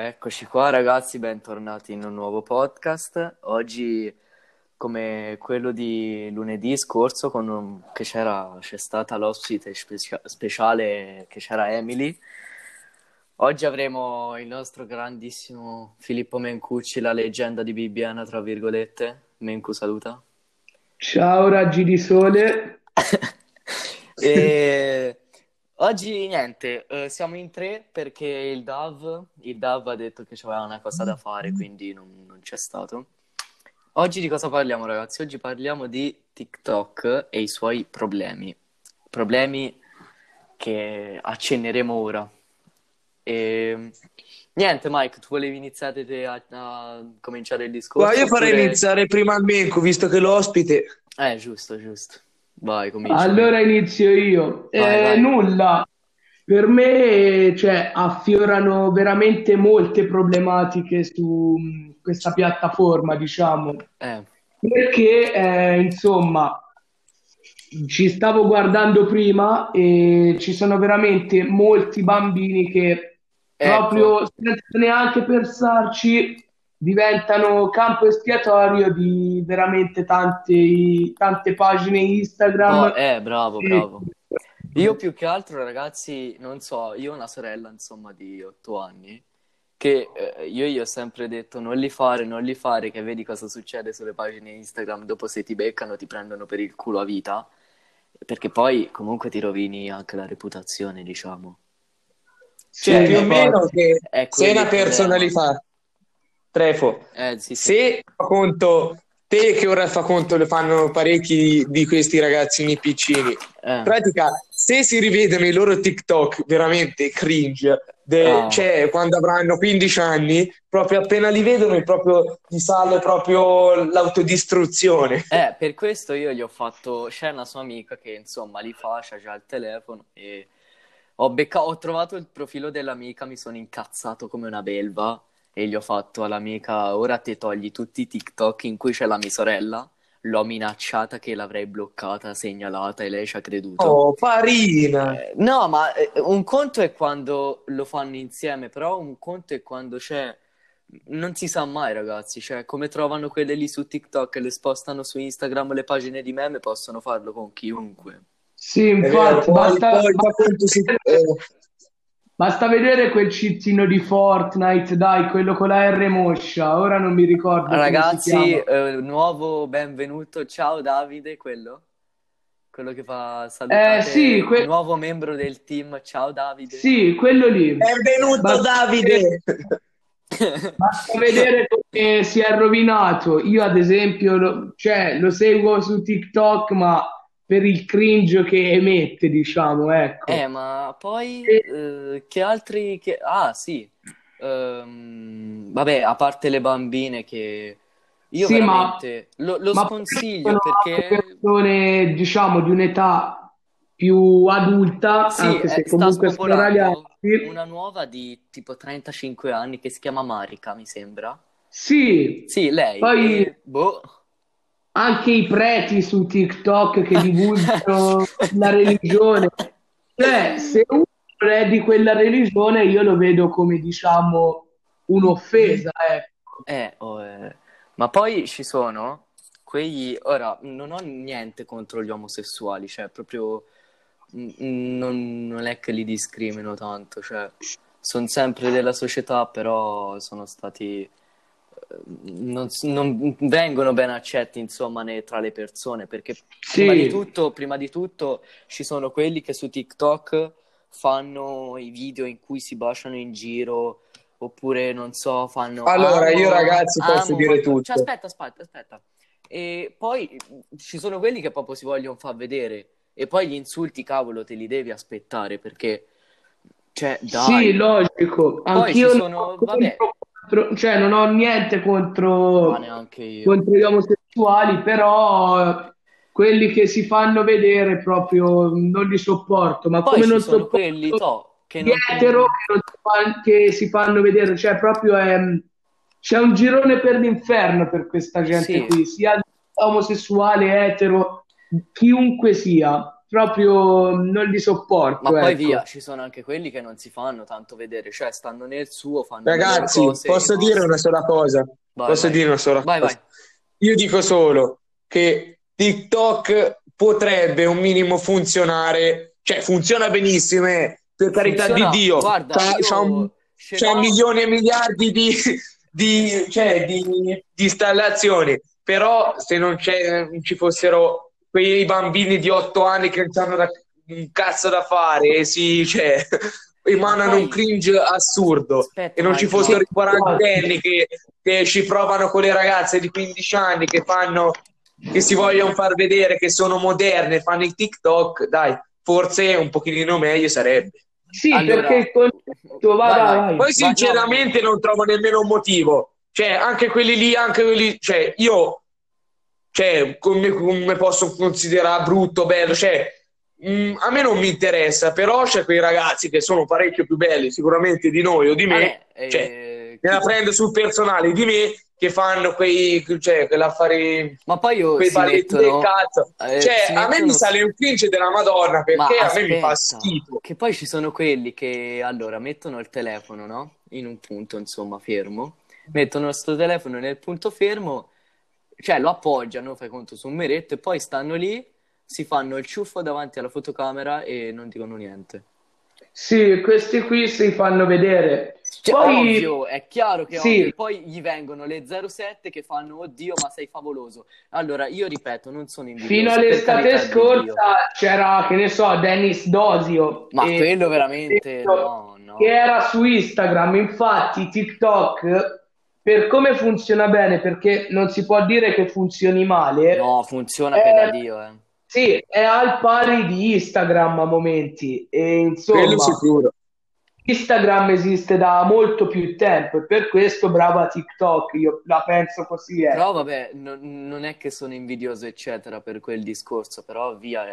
Eccoci qua ragazzi, bentornati in un nuovo podcast. Oggi, come quello di lunedì scorso, c'è stata l'ospite speciale, che c'era Emily. Oggi avremo il nostro grandissimo Filippo Mencucci, la leggenda di Bibbiena, tra virgolette. Mencu, saluta. Ciao raggi di sole. E oggi niente, siamo in tre perché il Dav ha detto che c'aveva una cosa da fare, quindi non c'è stato. Oggi di cosa parliamo, ragazzi? Oggi parliamo di TikTok e i suoi problemi. Problemi che accenneremo ora. E niente, Mike, tu volevi iniziare te a cominciare il Guarda, discorso io farei oppure... iniziare prima il Menco, visto che l'ospite. Giusto, giusto. Vai, comincia, Allora Mencu. inizio io. Vai, vai. Nulla, per me, cioè, affiorano veramente molte problematiche su questa piattaforma, diciamo, Eh, perché insomma ci stavo guardando prima e ci sono veramente molti bambini che ecco. proprio senza neanche pensarci diventano campo espiatorio di veramente tante pagine Instagram. Bravo, e- bravo. Io più che altro, ragazzi, non so, io ho una sorella, insomma, di 8 anni, che io gli ho sempre detto non li fare, che vedi cosa succede sulle pagine Instagram, dopo se ti beccano ti prendono per il culo a vita, perché poi comunque ti rovini anche la reputazione, diciamo. Sì, Cioè, più o meno infatti. che È se quello una il persona li problema. fa, Trefo, Sì, sì. se fa conto, te che ora fa conto, le fanno parecchi di questi ragazzini piccini, in Eh, pratica, se si rivedono i loro TikTok, veramente cringe, bravo. cioè quando avranno 15 anni, proprio appena li vedono, proprio gli sale proprio l'autodistruzione. Per questo io gli ho fatto. C'è una sua amica che insomma li fa, c'ha già il telefono e ho trovato il profilo dell'amica, mi sono incazzato come una belva e gli ho fatto all'amica: ora te togli tutti i TikTok in cui c'è la mia sorella. L'ho minacciata che l'avrei bloccata, segnalata e lei ci ha creduto. Oh, parina! No, ma un conto è quando lo fanno insieme, però un conto è quando c'è. Non si sa mai, ragazzi. Cioè, come trovano quelle lì su TikTok e le spostano su Instagram le pagine di meme, possono farlo con chiunque. Sì, È vero, infatti, poi fa conto si... basta vedere quel cittino di Fortnite, dai, quello con la R moscia, ora non mi ricordo come si Ragazzi, chiama. nuovo benvenuto. Ciao Davide, quello che fa Sì, salutate, nuovo membro del team. Ciao Davide. sì, quello lì. Benvenuto Basta vedere, Davide! basta vedere come si è rovinato. Io, ad esempio, cioè, lo seguo su TikTok, ma per il cringe che emette, diciamo, ecco. Ma poi E- che altri... Ah, sì. Vabbè, a parte le bambine che io sì, veramente lo ma poi ci sconsiglio sono anche perché persone, diciamo, di un'età più adulta, sì, anche se sta comunque sono spopolando ragazzi. una nuova di tipo 35 anni che si chiama Marika, mi sembra. Sì, Sì, lei. poi E boh. anche i preti su TikTok che divulgano la religione. Cioè, se uno non è di quella religione, io lo vedo come, diciamo, un'offesa, ecco. Ma poi ci sono quegli... Ora, non ho niente contro gli omosessuali, cioè proprio non è che li discrimino tanto, cioè sono sempre della società, però sono stati... non vengono ben accetti, insomma, tra le persone, perché Sì, prima di tutto ci sono quelli che su TikTok fanno i video in cui si baciano in giro. Oppure, non so, fanno Allora, io ragazzi posso ma dire cioè, tutto. aspetta. E poi ci sono quelli che proprio si vogliono far vedere. E poi gli insulti, cavolo, te li devi aspettare perché, cioè, sì, dai. logico. Poi ci Anch'io non ho sono, vabbè, cioè, non ho niente ma contro, neanche io. contro gli omosessuali, però quelli che si fanno vedere proprio non li sopporto, ma Poi come ci non sono quelli, sopporto che gli non... etero che si fanno vedere, cioè proprio c'è un girone per l'inferno per questa gente Sì, qui, sia omosessuale, etero, chiunque sia. proprio non li Ma sopporto, poi ecco. via, ci sono anche quelli che non si fanno tanto vedere, cioè stanno nel suo, fanno le loro Ragazzi, cose e posso dire basta. una sola cosa? Vai, Posso vai. dire una sola Vai, vai. cosa? Io dico solo che TikTok potrebbe un minimo funzionare, cioè funziona benissimo, per carità di Funziona, Dio, guarda, io ce c'ha l'ho, milioni e miliardi di installazioni, però se non ci fossero quei bambini di 8 anni che non hanno un cazzo da fare e ma emanano un poi, cringe assurdo e aspetta non ci Mike, ma fossero i Infatti, quarantenni che ci provano con le ragazze di 15 anni che si vogliono far vedere che sono moderne, fanno il TikTok, dai, forse un pochino meglio sarebbe. sì, perché allora, il concetto, vai, vai, vai, vai, vai. Poi vai, no, vai tu. sinceramente non trovo nemmeno un motivo, cioè anche quelli lì, cioè io, cioè come posso considerare brutto, bello, cioè a me non mi interessa, però c'è quei ragazzi che sono parecchio più belli sicuramente di noi o di me, Vabbè, cioè me la prendo sul personale di me che fanno quell'affari, ma poi quei balletti del cazzo. si Cioè, a me mi mettono, sale un cringe della Madonna ma perché a me mi fa aspetta, schifo. che poi ci sono quelli che, allora, mettono il telefono, no? In un punto, insomma, fermo, mettono sto telefono nel punto fermo, cioè lo appoggiano, fai conto, su un meretto e poi stanno lì, si fanno il ciuffo davanti alla fotocamera e non dicono niente. Sì, questi qui si fanno vedere. Cioè, Poi, ovvio, è chiaro che è ovvio. sì, E poi gli vengono le 07 che fanno, oddio, ma sei favoloso. Allora, io ripeto, non sono fino invidioso, per all'estate carità di Dio. scorsa c'era, che ne so, Dennis Dosio, Ma quello veramente, no, che no. era su Instagram. Infatti, TikTok, per come funziona bene, perché non si può dire che funzioni male, No, funziona per da è, Dio, eh. sì, è al pari di Instagram a momenti. E Quello insomma, sicuro. Instagram esiste da molto più tempo e per questo brava TikTok, io la penso così, Però ecco. vabbè, non è che sono invidioso, eccetera, per quel discorso, però via,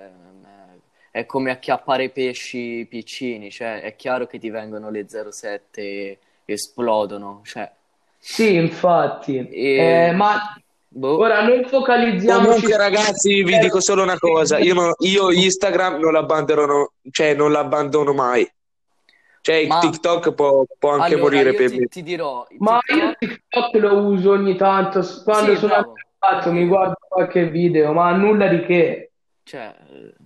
è come acchiappare i pesci piccini, cioè è chiaro che ti vengono le 07 e esplodono, cioè, Sì, infatti. e, Ma boh, ora non focalizziamoci Comunque, su... ragazzi, vi dico solo una cosa: io Instagram non l'abbandono, cioè non l'abbandono mai. Cioè, il ma TikTok può anche allora morire io per me. ti dirò, Ma io TikTok, TikTok lo uso ogni tanto, quando sì, sono bravo, andato anche mi io, guardo qualche video, ma nulla di che. cioè,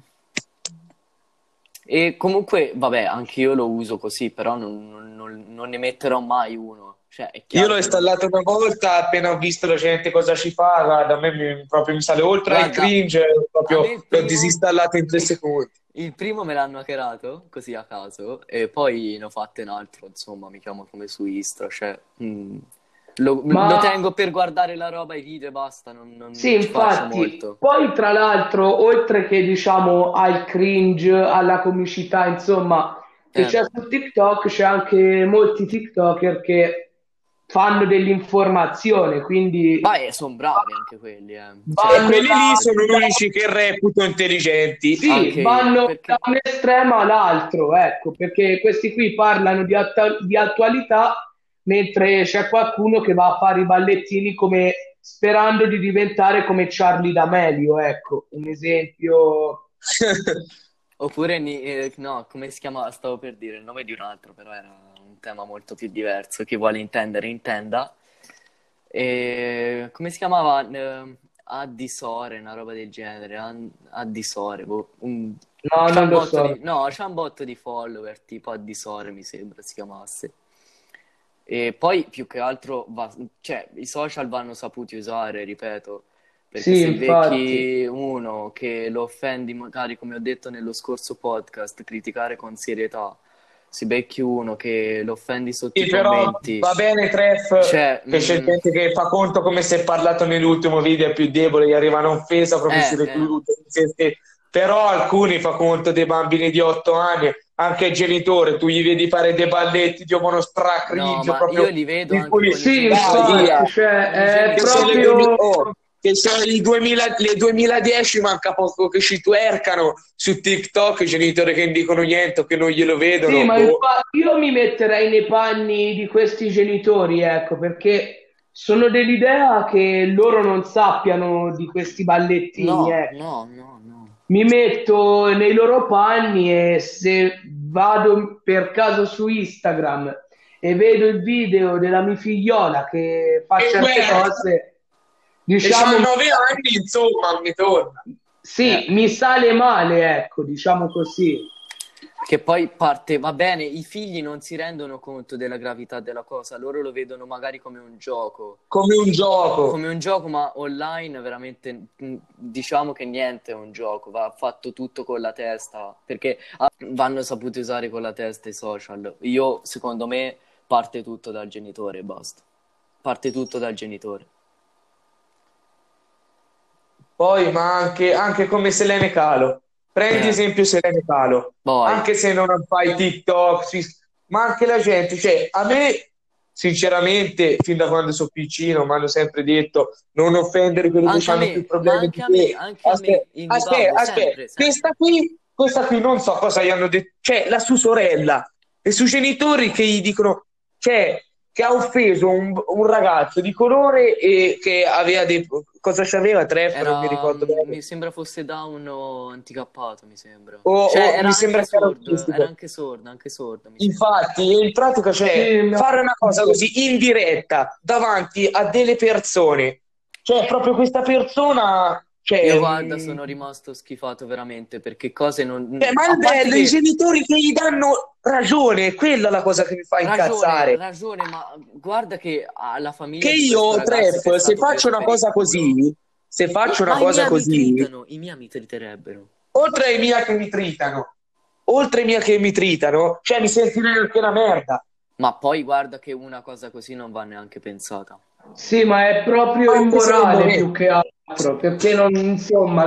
e comunque, vabbè, anche io lo uso così, però non ne metterò mai uno, cioè è Io chiaro l'ho che non... installato una volta, appena ho visto la gente cosa ci fa, guarda, a me proprio mi sale oltre al Guarda, cringe, a me proprio l'ho disinstallato in 3 secondi. il primo me l'hanno hackerato, così a caso, e poi ne ho fatte un altro, insomma, mi chiamo come su Istra, cioè, lo Ma tengo per guardare la roba, i video e basta, sì, non ci faccio infatti, molto. poi tra l'altro, oltre che diciamo al cringe, alla comicità, insomma, che Eh, c'è su TikTok, c'è anche molti TikToker che fanno dell'informazione, quindi ma sono bravi anche quelli, E cioè, vanno quelli lì sono gli da, unici che reputo intelligenti. sì, anche vanno da perché... un estremo all'altro, ecco, perché questi qui parlano di attualità, mentre c'è qualcuno che va a fare i ballettini come sperando di diventare come Charlie D'Amelio, ecco, un esempio. Oppure, no, come si chiama? Stavo per dire il nome di un altro, però era un tema molto più diverso. Chi vuole intendere, intenda. E, come si chiamava? Addisore, una roba del genere. Addisore, boh, No, c'ha non un lo botto so. no, c'ha un botto di follower, tipo Addisore mi sembra si chiamasse. E poi più che altro cioè, i social vanno saputi usare, ripeto, perché Sì, se infatti. becchi uno che lo offendi, magari come ho detto nello scorso podcast, criticare con serietà, se becchi uno che lo offendi sotto Sì, i però commenti, va bene, Treff, cioè, che c'è gente che fa conto come se parlato nell'ultimo video è più debole, gli arriva un'offesa proprio si reclude. Però alcuni fa conto dei bambini di 8 anni, anche i genitori, tu gli vedi fare dei balletti, ti vogliono no, stracringio, ma io proprio li vedo il anche con i Sì, dai, via. infatti, genitori, cioè, con i è Che sono genitori. proprio... che sono le 2010, manca poco che ci twercano su TikTok, i genitori che non dicono niente o che non glielo Sì, vedono, ma boh. infatti io mi metterei nei panni di questi genitori, ecco, perché sono dell'idea che loro non sappiano di questi ballettini, No, ecco. no, no, no. mi metto nei loro panni e se vado per caso su Instagram e vedo il video della mia figliola che fa E certe cose, e diciamo, c'ha 9 anni, insomma, mi torna. sì, mi sale male, ecco, diciamo così. Che poi parte, va bene, i figli non si rendono conto della gravità della cosa, loro lo vedono magari come un gioco. Come un gioco. Come un gioco, ma online veramente diciamo che niente è un gioco, va fatto tutto con la testa, perché vanno saputi usare con la testa i social. Io, secondo me, parte tutto dal genitore e basta. Parte tutto dal genitore. Poi, ma anche come Selene Calo. Prendi Eh, esempio Selene Calo. poi, Anche se non fai TikTok, ma anche la gente, cioè, a me, sinceramente, fin da quando sono piccino, mi hanno sempre detto non offendere quelli che anche a hanno più me, ma problemi di te. anche a me, indubabile, Aspetta, sempre, sempre. questa qui non so cosa gli hanno detto, cioè, la sua sorella e i suoi genitori che gli dicono, cioè, che ha offeso un ragazzo di colore e che aveva dei... Cosa c'aveva? Treffe, non mi ricordo bene. Mi sembra fosse down o handicappato, mi sembra. O, Cioè, mi sembra che era autistico. anche sordo, mi sembra. Infatti, in pratica c'è Sì, fare una cosa così in diretta davanti a delle persone, cioè proprio questa persona, Io cioè, guarda, sono rimasto schifato veramente perché cose non... ma A il parte bello, i che genitori che gli danno ragione, quella è la cosa che mi fa incazzare. ragione, ma guarda che alla Che famiglia di questo io, ragazzo che è Treff, se stato faccio preso una per il cosa culo, così, se faccio una cosa così, i miei mi triterebbero. oltre ai miei che mi tritano, cioè mi sentirei anche una merda. Ma poi guarda che una cosa così non va neanche pensata. sì, ma è proprio Anche secondo immorale me. più che altro, perché non, insomma,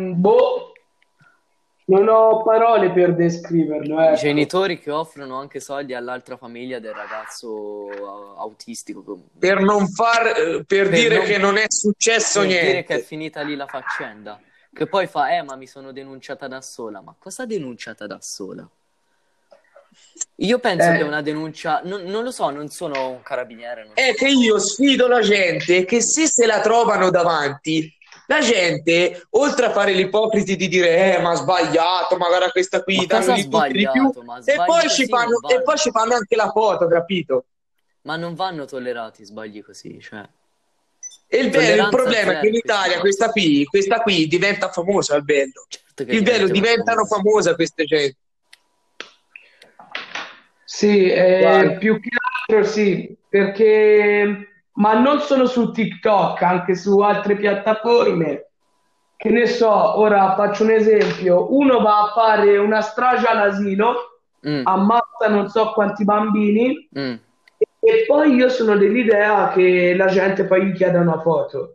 non ho parole per descriverlo, I ecco. genitori che offrono anche soldi all'altra famiglia del ragazzo autistico Per per, dire non- che non è successo per dire che è niente. finita lì la faccenda. Che poi fa, ma mi sono denunciata da sola. Ma cosa denunciata da sola? Io penso che Eh, una denuncia, non lo so, non sono un carabiniere, non È sono... che io sfido la gente che se la trovano davanti, la gente, oltre a fare l'ipocriti di dire, ma ha sbagliato, magari questa Ma qui, danno cosa ha di tutto e di più, sbagliato? Ma sbagli così non e poi vanno. ci fanno anche la foto, capito? Ma non vanno tollerati sbagli così, cioè... E il Tolleranza problema è che zero in in questi Italia casi. questa qui diventa famosa, il bello. Certo che Il bello, diventerà diventano famoso. famose queste gente. sì, Guarda. più che altro sì, perché, ma non solo su TikTok, anche su altre piattaforme. Che ne so, ora faccio un esempio, uno va a fare una strage all'asilo, Mm, ammazza non so quanti bambini mm. e poi io sono dell'idea che la gente poi gli chieda una foto.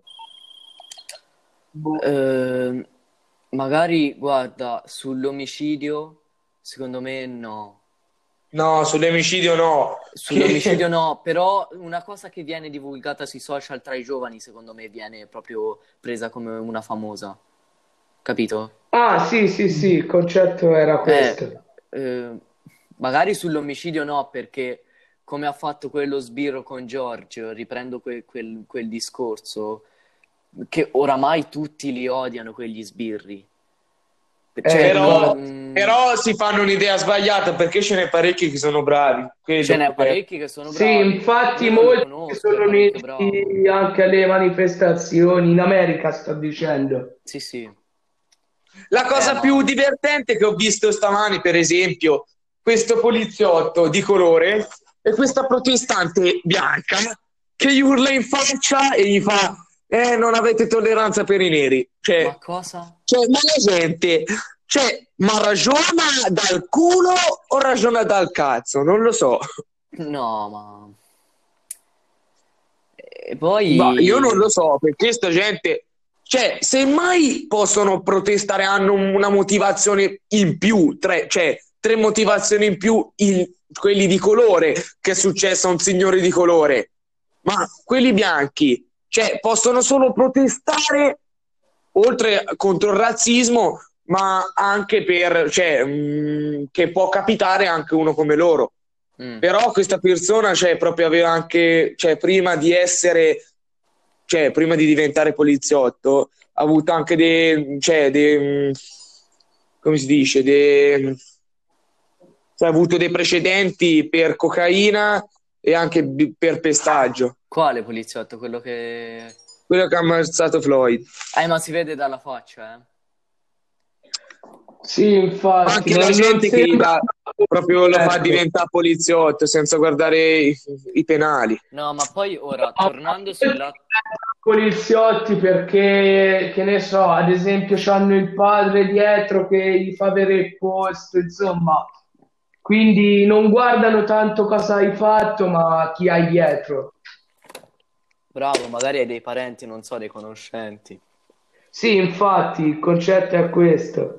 Boh. Ehm, Magari, guarda, sull'omicidio, secondo me no. No, sull'omicidio no. Sull'omicidio no, però una cosa che viene divulgata sui social tra i giovani, secondo me, viene proprio presa come una famosa. Capito? Ah, sì, sì, sì, il concetto era Eh, questo. eh, Magari sull'omicidio no, perché come ha fatto quello sbirro con Giorgio, riprendo quel discorso, che oramai tutti li odiano quegli sbirri. Cioè, Però, però si fanno un'idea sbagliata perché ce n'è parecchi che sono bravi. Quello ce è il n'è problema. parecchi che sono Sì, bravi. infatti Io non lo molti conosco, è sono parecchio bravo. uniti anche alle manifestazioni in America, sto dicendo. Sì, sì. La cosa più Ma divertente che ho visto stamani, per esempio, questo poliziotto di colore e questa protestante bianca che gli urla in faccia e gli fa non avete tolleranza per i neri. ma cosa? Ma la gente, ma ragiona dal culo o ragiona dal cazzo? Non lo so. No, ma... E Ma io non poi... lo so, perché sta gente, semmai possono protestare, hanno una motivazione in più, tre motivazioni in più, quelli di colore, che è successo a un signore di colore, ma quelli bianchi, possono solo protestare oltre contro il razzismo, ma anche che può capitare anche uno come loro. Mm. Però questa persona, proprio aveva anche, prima di essere, prima di diventare poliziotto, ha avuto anche come si dice, cioè, ha avuto dei precedenti per cocaina e anche per pestaggio. Quale poliziotto? Quello che... Quello che ha ammazzato Floyd. Ma si vede dalla faccia, eh. Sì, infatti, Anche la non gente che gli sembra... dà, proprio lo fa Ecco. diventare poliziotto senza guardare i penali. No, ma poi ora, No, tornando sulla... poliziotti perché, che ne so, ad esempio c'hanno il padre dietro che gli fa avere il posto, insomma, quindi non guardano tanto cosa hai fatto, ma chi hai dietro. Bravo, magari hai dei parenti, non so, dei conoscenti. Sì, infatti, il concetto è questo.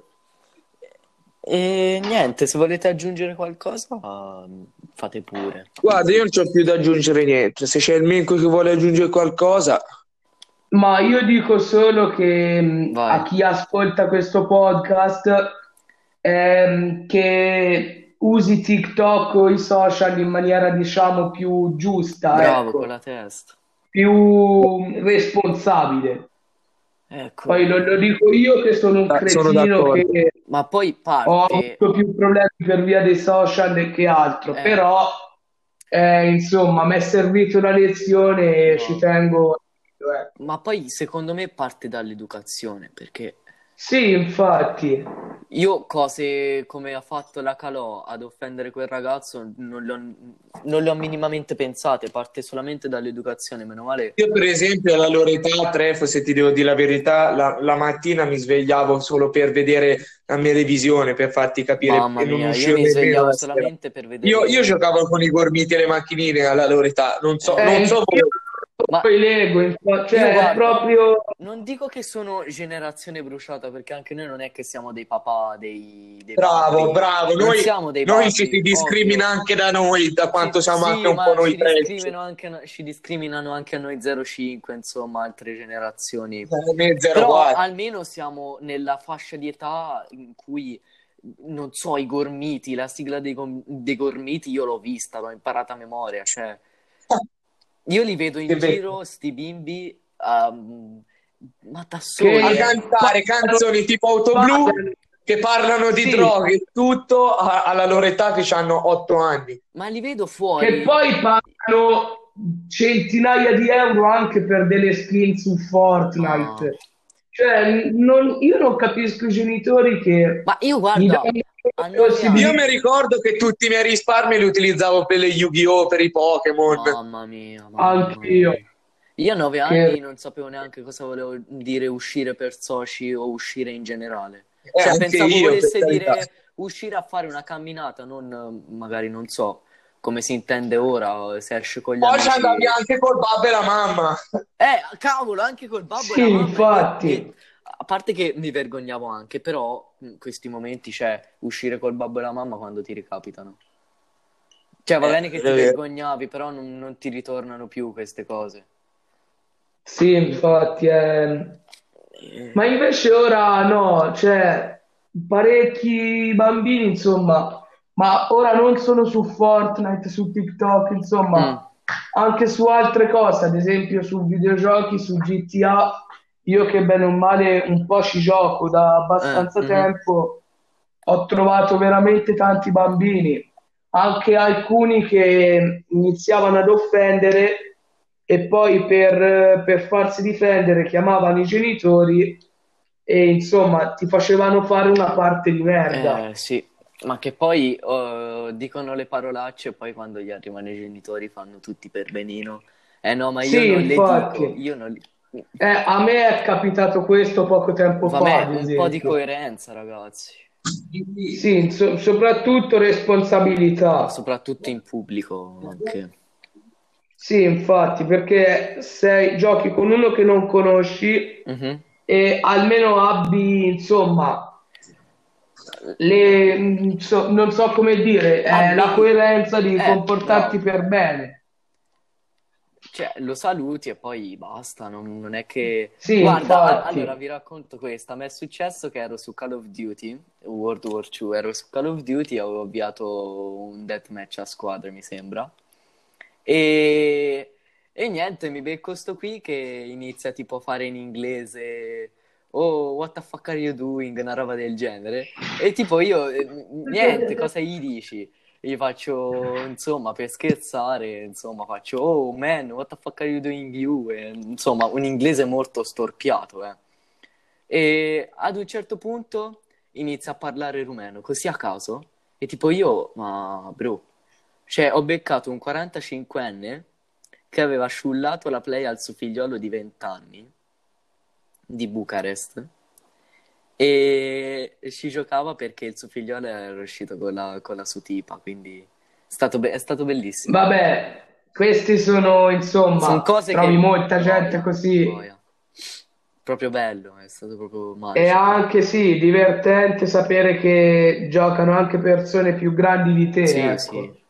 E niente, se volete aggiungere qualcosa, fate pure. Guarda, io non c'ho più da aggiungere niente. Se c'è il Mirko che vuole aggiungere qualcosa, Ma io dico solo che a Vai. chi ascolta questo podcast che usi TikTok o i social in maniera, diciamo, più giusta, Bravo con ecco, la testa. più responsabile. Ecco. Poi lo dico io che sono un sono cretino che d'accordo. Ma poi ho parte... avuto più problemi per via dei social che altro, Eh, però insomma, mi è servito una lezione e ci no. tengo. Ma poi secondo me parte dall'educazione, perché Sì, infatti. io cose come ha fatto la Calò ad offendere quel ragazzo non le ho minimamente pensate, parte solamente dall'educazione, meno male. Io, per esempio, alla loro età, Tref, se ti devo dire la verità, la mattina mi svegliavo solo per vedere la mia revisione, per farti capire, Mamma e non mia, io uscivo mi nemmeno svegliavo la sera. solamente per Io vedere... giocavo con i gormiti e le macchinine alla loro età, non so Io voi. Ma poi Lego, io cioè è guarda, proprio non dico che sono generazione bruciata, perché anche noi non è che siamo dei papà, dei Bravo, babbi. bravo. Non siamo dei Noi ci si babbi, discrimina ovvio. anche da noi, da quanto siamo anche Sì, un po' ma noi preci. ci discriminano anche a noi 05, insomma, altre generazioni. Me Però 04. almeno siamo nella fascia di età in cui, non so, i Gormiti, la sigla dei Gormiti io l'ho vista, l'ho imparata a memoria, cioè io li vedo in Che bello. giro, sti bimbi, ma da che A soli, cantare canzoni tipo Auto Blu che parlano di sì, droghe e tutto alla loro età che hanno 8 anni. ma li vedo che fuori. poi pagano centinaia di euro anche per delle skin su Ma, Fortnite. Cioè, io non capisco i genitori che ma io gli guarda, danno a la 9 Io mi possibilità. anni, ricordo che tutti i miei risparmi li utilizzavo per le Yu-Gi-Oh!, per i Pokémon. mamma mia, mamma Anch'io, mia. Io a 9 che anni non sapevo neanche cosa volevo dire uscire per soci o uscire in generale. Cioè, Anche pensavo io, per volesse carità. dire uscire a fare una camminata, non magari non so come si intende ora, se esce con gli Poi ci andavi amici. anche col babbo e la mamma. Cavolo, anche col babbo e la sì, mamma. infatti, A parte che mi vergognavo anche, però in questi momenti c'è uscire col babbo e la mamma quando ti ricapitano. Cioè, va bene che È ti vero. vergognavi, però non ti ritornano più queste cose. sì, infatti. Ma invece ora no, cioè parecchi bambini, insomma, ma ora non solo su Fortnite, su TikTok, Mm, insomma, anche su altre cose, ad esempio su videogiochi, su GTA, io che bene o male un po' ci gioco da abbastanza mhm. tempo, ho trovato veramente tanti bambini, anche alcuni che iniziavano ad offendere e poi per farsi difendere chiamavano i genitori e insomma ti facevano fare una parte di merda. Sì, ma che poi dicono le parolacce e poi quando gli arrivano i genitori fanno tutti per benino. No, ma io Sì, non le dico, infatti, io non... a me è capitato questo poco tempo fa, Vabbè, ad un po' di esempio. coerenza, ragazzi, Sì, soprattutto ma responsabilità. soprattutto in pubblico anche. Sì, infatti, perché se giochi con uno che non conosci Mhm. e almeno abbi, insomma, non so come dire, la Abbi, coerenza di comportarti bravo. per bene. Cioè, lo saluti e poi basta, non è che... Sì, Guarda, allora infatti. vi racconto questa. Mi è successo che ero su Call of Duty, World War II, ero su Call of Duty e avevo avviato un deathmatch a squadre, mi sembra. E niente, mi becco sto qui che inizia tipo a fare in inglese oh, what the fuck are you doing? Una roba del genere. E tipo io, niente, cosa gli dici? Gli faccio, insomma, per scherzare, insomma, faccio, oh man, what the fuck are you doing you? E, insomma, un inglese molto storpiato, eh. E ad un certo punto inizia a parlare rumeno, così a caso. E tipo io, ma bro, cioè ho beccato un 45enne che aveva sciullato la play al suo figliolo di 20 anni di Bucarest e ci giocava perché il suo figliolo era uscito con la sua tipa, quindi è stato bellissimo. Vabbè, questi sono, Sono insomma, cose trovi che... molta gente Boia, così. boia. Proprio bello, è stato proprio E magico. anche sì, divertente sapere che giocano anche persone più grandi di te, Sì, sì. ecco.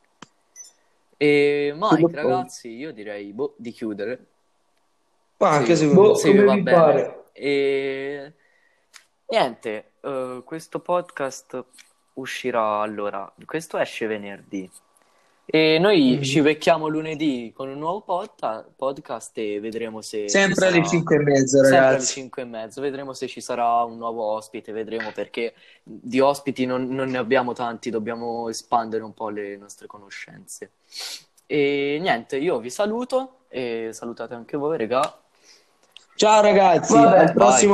E Sono Mike, d'accordo. ragazzi, io direi di chiudere. Ma anche secondo me. Boh, Se vi come va vi bene. pare. E niente, questo podcast uscirà allora. Questo esce venerdì. E noi ci Mhm. becchiamo lunedì con un nuovo podcast e vedremo se ci Sempre alle sarà. 5:30, Sempre alle ragazzi. 5:30. Vedremo se ci sarà un nuovo ospite. Vedremo perché di ospiti non ne abbiamo tanti. Dobbiamo espandere un po' le nostre conoscenze. E niente, io vi saluto e salutate anche voi, regà. Ciao ragazzi, al Vabbè. Bye. prossimo